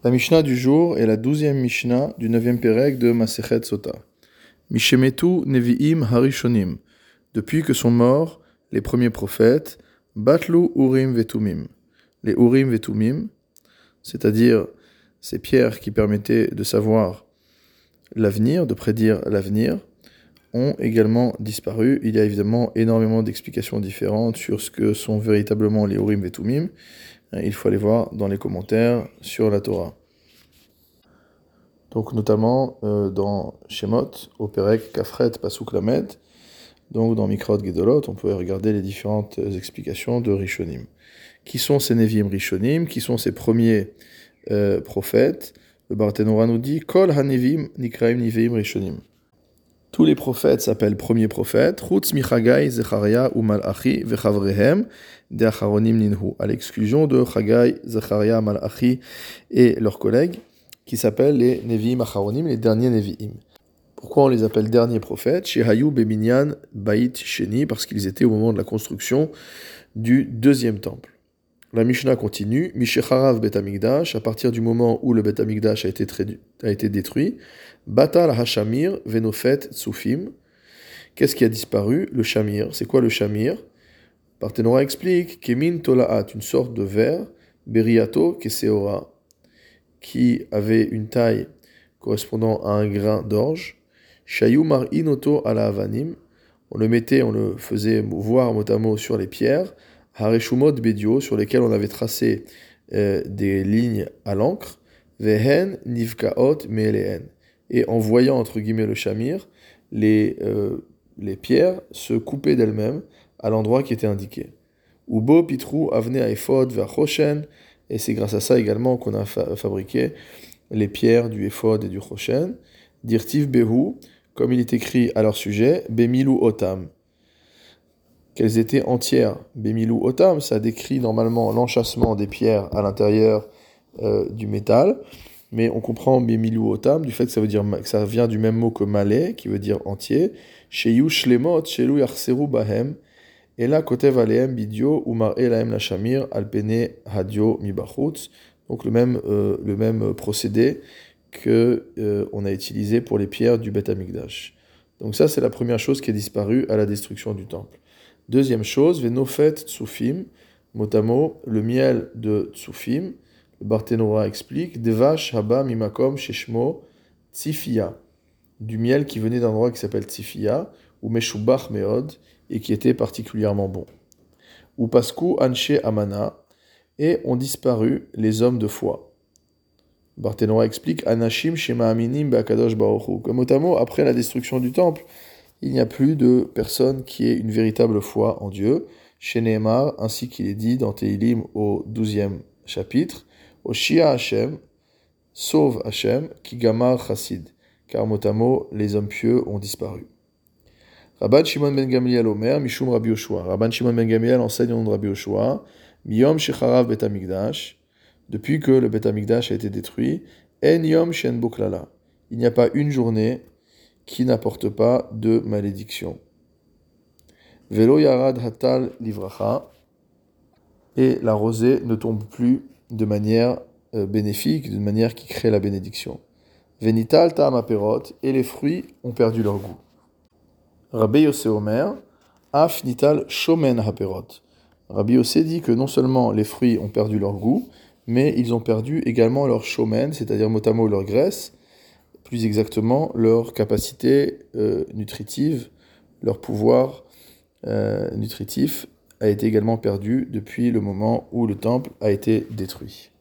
La Mishnah du jour est la 12e Mishnah du 9e Pérec de Masechet Sota. Mishemetu Nevi'im Harishonim. Depuis que sont morts les premiers prophètes, Batlu Urim Vetumim. Les Urim Vetumim, c'est-à-dire ces pierres qui permettaient de savoir l'avenir, de prédire l'avenir, ont également disparu. Il y a évidemment énormément d'explications différentes sur ce que sont véritablement les Urim Vetumim. Il faut aller voir dans les commentaires sur la Torah. Donc notamment dans Shemot, au Perek, Kafret, Pasuk Lamed, donc dans Mikrot Gedolot, on peut regarder les différentes explications de Rishonim. Qui sont ces Nevi'im Rishonim? Qui sont ces premiers prophètes? Le Barthénora nous dit Kol HaNevi'im Nikraim Nevi'im Rishonim. Tous les prophètes s'appellent premiers prophètes, Chutz Michagai, Zecharia ou Malachi, Vechavrehem, de Acharonim Ninhu, à l'exclusion de Chagai, Zecharia, Malachi et leurs collègues, qui s'appellent les Nevi'im Acharonim, les derniers Nevi'im. Pourquoi on les appelle derniers prophètes? Shehayu Beminyan Bait Sheni, parce qu'ils étaient au moment de la construction du deuxième temple. La Mishnah continue, Mishecharav Bet Hamikdash, à partir du moment où le Bet Hamikdash a été détruit, Batal Hashamir Venofet Tsufim. Qu'est-ce qui a disparu? Le Shamir. C'est quoi le Shamir? Barthénora explique, Kemin Tolaat, une sorte de verre, Beriato Keseora, qui avait une taille correspondant à un grain d'orge, Shayu Mar'inoto ala Avanim, on le faisait voir mot à mot sur les pierres, Hareshumot Bedio, sur lesquels on avait tracé des lignes à l'encre, Vehen Nivkaot Me'elehen. Et en voyant, entre guillemets, le Shamir, les pierres se coupaient d'elles-mêmes à l'endroit qui était indiqué. Ubo Pitrou Avne Aephod Vachoshen, et c'est grâce à ça également qu'on a fabriqué les pierres du Ephod et du Choshen. Dirtiv Behu, comme il est écrit à leur sujet, Bemilu Otam. Qu'elles étaient entières. Bemilu Otam, ça décrit normalement l'enchâssement des pierres à l'intérieur du métal, mais on comprend Bemilu Otam du fait que ça vient du même mot que malé, qui veut dire entier. Sheyu Shlemot, Shelu Yarseru Bahem, et là, Kotev Aleem Bidio, Umar Elaem Lashamir, Alpene Hadio Mibachutz, donc le même procédé qu'on a utilisé pour les pierres du Bet Hamikdash. Donc ça, c'est la première chose qui est disparue à la destruction du temple. Deuxième chose, Venofet Tsufim, mot à mot, le miel de Tsufim, le Barthénora explique, Devash Haba Mimakom Sheshmo Tzifia, du miel qui venait d'un endroit qui s'appelle Tzifia, ou Meshubach Meod, et qui était particulièrement bon. Ou Pasku Anshe Amana, et ont disparu les hommes de foi. Barthénora explique Anashim Shema Aminim Be'akadosh Baruch Hu. Comme mot à mot, après la destruction du temple, il n'y a plus de personne qui ait une véritable foi en Dieu. Chez Nehemar, ainsi qu'il est dit dans Tehilim au 12e chapitre, au Shia Hashem, sauve Hashem, Kigamar Chassid, car mot à mot, les hommes pieux ont disparu. Rabban Shimon ben Gamliel Omer, Mishum Rabbi Yoshua. Rabban Shimon ben Gamliel enseigne au nom de Rabbi Yoshua, Miyom Shecharav Bet Hamikdash, depuis que le Bet Hamikdash a été détruit, En Yom Shen Boklala. Il n'y a pas une journée qui n'apporte pas de malédiction. Velo Yarad Hatal Livracha, et la rosée ne tombe plus de manière bénéfique, d'une manière qui crée la bénédiction. Venital Ta'am Aperot, et les fruits ont perdu leur goût. Rabbi Yossé Omer, Af Nital Shomen Haperot. Rabbi Yossé dit que non seulement les fruits ont perdu leur goût, mais ils ont perdu également leur shomen, c'est-à-dire mot à mot leur graisse, plus exactement leur capacité nutritive, leur pouvoir nutritif a été également perdu depuis le moment où le temple a été détruit.